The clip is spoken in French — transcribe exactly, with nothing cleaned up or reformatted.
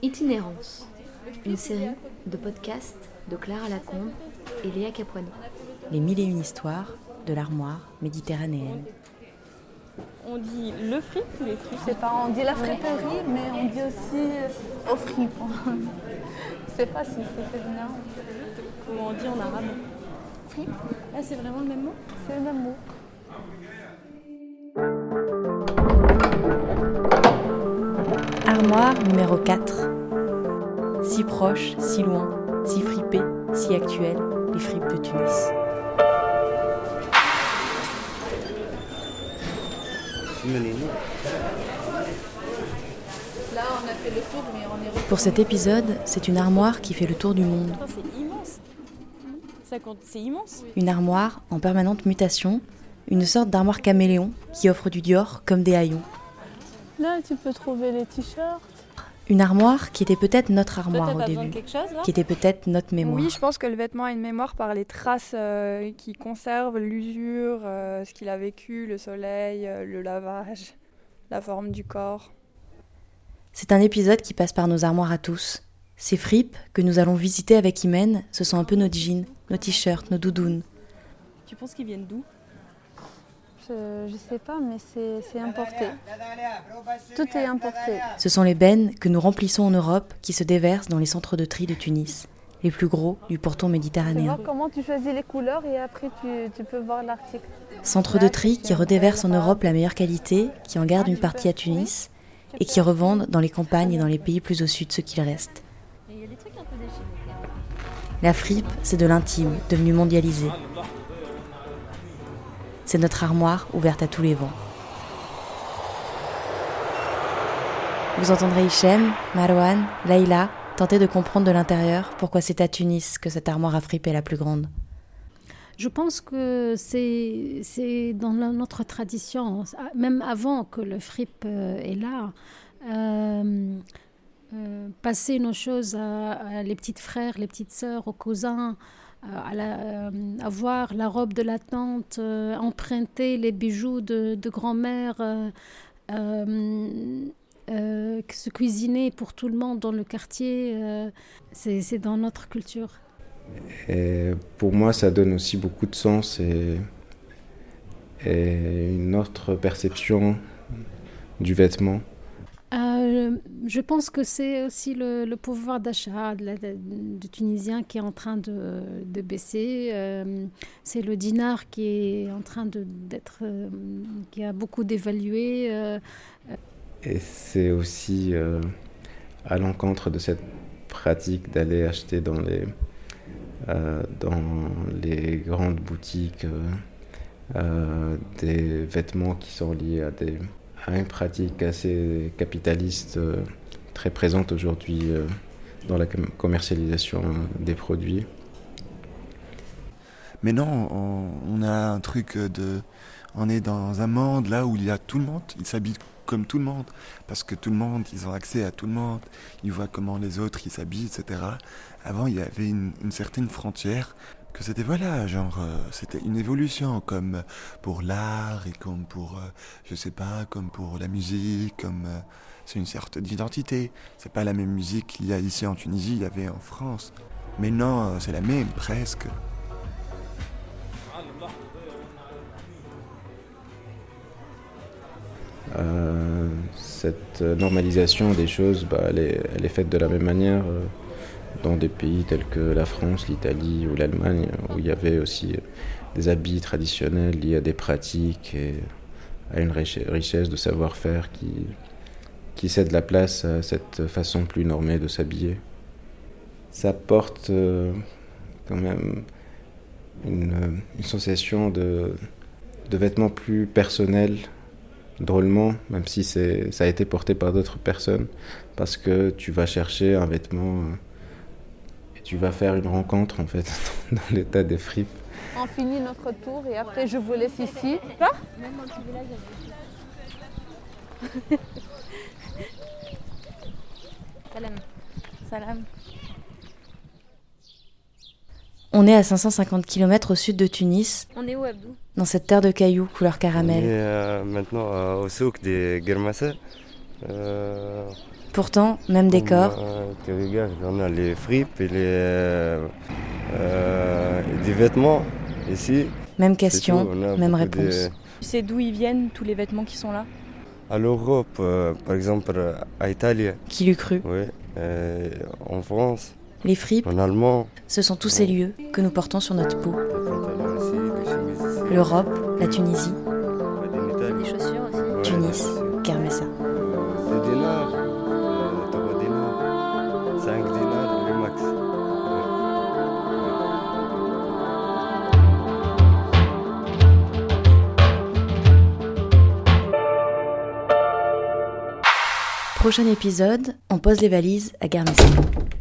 Itinérance, une série de podcasts de Clara Lacombe et Léa Capuano. Les mille et une histoires de l'armoire méditerranéenne. On dit le fripe ou les fripes? C'est pas, on dit la friperie, mais on dit aussi au fripe. Je sais pas si c'est féminin. Comment on dit en arabe? Fripe. Ah, c'est vraiment le même mot? C'est le même mot. Armoire numéro quatre. Si proche, si loin, si fripée, si actuelle, les fripes de Tunis. Là, on a fait le tour, mais on est retourné. Pour cet épisode, c'est une armoire qui fait le tour du monde. Putain, c'est immense. Ça compte, c'est immense. Une armoire en permanente mutation, une sorte d'armoire caméléon qui offre du Dior comme des haillons. Là, tu peux trouver les t-shirts. Une armoire qui était peut-être notre armoire Toi, t'as au pas besoin de début, quelque chose, là? qui était peut-être notre mémoire. Oui, je pense que le vêtement a une mémoire par les traces euh, qui conservent l'usure, euh, ce qu'il a vécu, le soleil, euh, le lavage, la forme du corps. C'est un épisode qui passe par nos armoires à tous. Ces fripes que nous allons visiter avec Imen, ce sont un peu nos jeans, nos t-shirts, nos doudounes. Tu penses qu'ils viennent d'où? Je, je sais pas, mais c'est, c'est importé. Tout est importé. Ce sont les bennes que nous remplissons en Europe qui se déversent dans les centres de tri de Tunis, les plus gros du pourtour Tu méditerranéen. vois comment tu choisis les couleurs et après tu, tu peux voir l'article. Centres de tri qui redéversent en Europe la meilleure qualité, qui en gardent une partie à Tunis et qui revendent dans les campagnes et dans les pays plus au sud ce qu'il reste. Il y a des trucs un peu déchirés. La fripe, c'est de l'intime, devenu mondialisé. C'est notre armoire ouverte à tous les vents. Vous entendrez Hichem, Marouane, Laïla tenter de comprendre de l'intérieur pourquoi c'est à Tunis que cette armoire à fripe est la plus grande. Je pense que c'est, c'est dans la- notre tradition, même avant que le fripe euh, est là, euh, euh, passer nos choses à, à les petites frères, les petites sœurs, aux cousins, euh, à la, euh, avoir la robe de la tante, euh, emprunter les bijoux de, de grand-mère, euh, euh, euh, se cuisiner pour tout le monde dans le quartier, euh, c'est, c'est dans notre culture. Et pour moi, ça donne aussi beaucoup de sens et, et une autre perception du vêtement. Euh, je pense que c'est aussi le, le pouvoir d'achat de la- de- du Tunisien qui est en train de, de baisser. Euh, c'est le dinar qui est en train de, d'être, euh, qui a beaucoup dévalué. Euh, Et c'est aussi euh, à l'encontre de cette pratique d'aller acheter dans les, euh, dans les grandes boutiques euh, euh, des vêtements qui sont liés à, des, à une pratique assez capitaliste euh, très présente aujourd'hui euh, dans la com- commercialisation euh, des produits. Mais non, on, on a un truc de... On est dans un monde là où il y a tout le monde, ils s'habillent comme tout le monde, parce que tout le monde, ils ont accès à tout le monde, ils voient comment les autres ils s'habillent, et cetera. Avant, il y avait une, une certaine frontière, que c'était, voilà, genre, euh, c'était une évolution, comme pour l'art, et comme pour, euh, je sais pas, comme pour la musique, comme... euh, c'est une sorte d'identité. C'est pas la même musique qu'il y a ici en Tunisie, il y avait en France. Mais non, euh, c'est la même, presque. Euh, cette normalisation des choses, bah, elle, est, elle est faite de la même manière euh, dans des pays tels que la France, l'Italie ou l'Allemagne, où il y avait aussi des habits traditionnels liés à des pratiques et à une riche- richesse de savoir-faire qui, qui cède la place à cette façon plus normée de s'habiller. Ça porte euh, quand même une, une sensation de, de vêtements plus personnels, drôlement, même si c'est, ça a été porté par d'autres personnes, parce que tu vas chercher un vêtement euh, et tu vas faire une rencontre en fait dans l'état des fripes. On finit notre tour et après je vous laisse ici. Quoi? Même dans le petit village, Salam. Salam. On est à cinq cent cinquante kilomètres au sud de Tunis, On est où, Abdou? dans cette terre de cailloux couleur On est caramel. euh, maintenant euh, au souk des Guermassé. Euh, Pourtant, même décor, comme, euh, Tu regardes, on a les fripes et les, euh, euh, des vêtements ici. Même question, tout, même réponse. Tu sais d'où ils viennent, tous les vêtements qui sont là? À l'Europe, euh, par exemple, à Italie. Qui l'eût cru? Oui, euh, en France. Les fripes, en allemand. Ce sont tous ces lieux que nous portons sur notre peau. Ici, ici. L'Europe, la Tunisie. Des chaussures aussi. Ouais, Tunis, Kermessa. Des dinars, trois dinars, cinq dinars, le max. Prochain épisode, on pose les valises à Kermessa.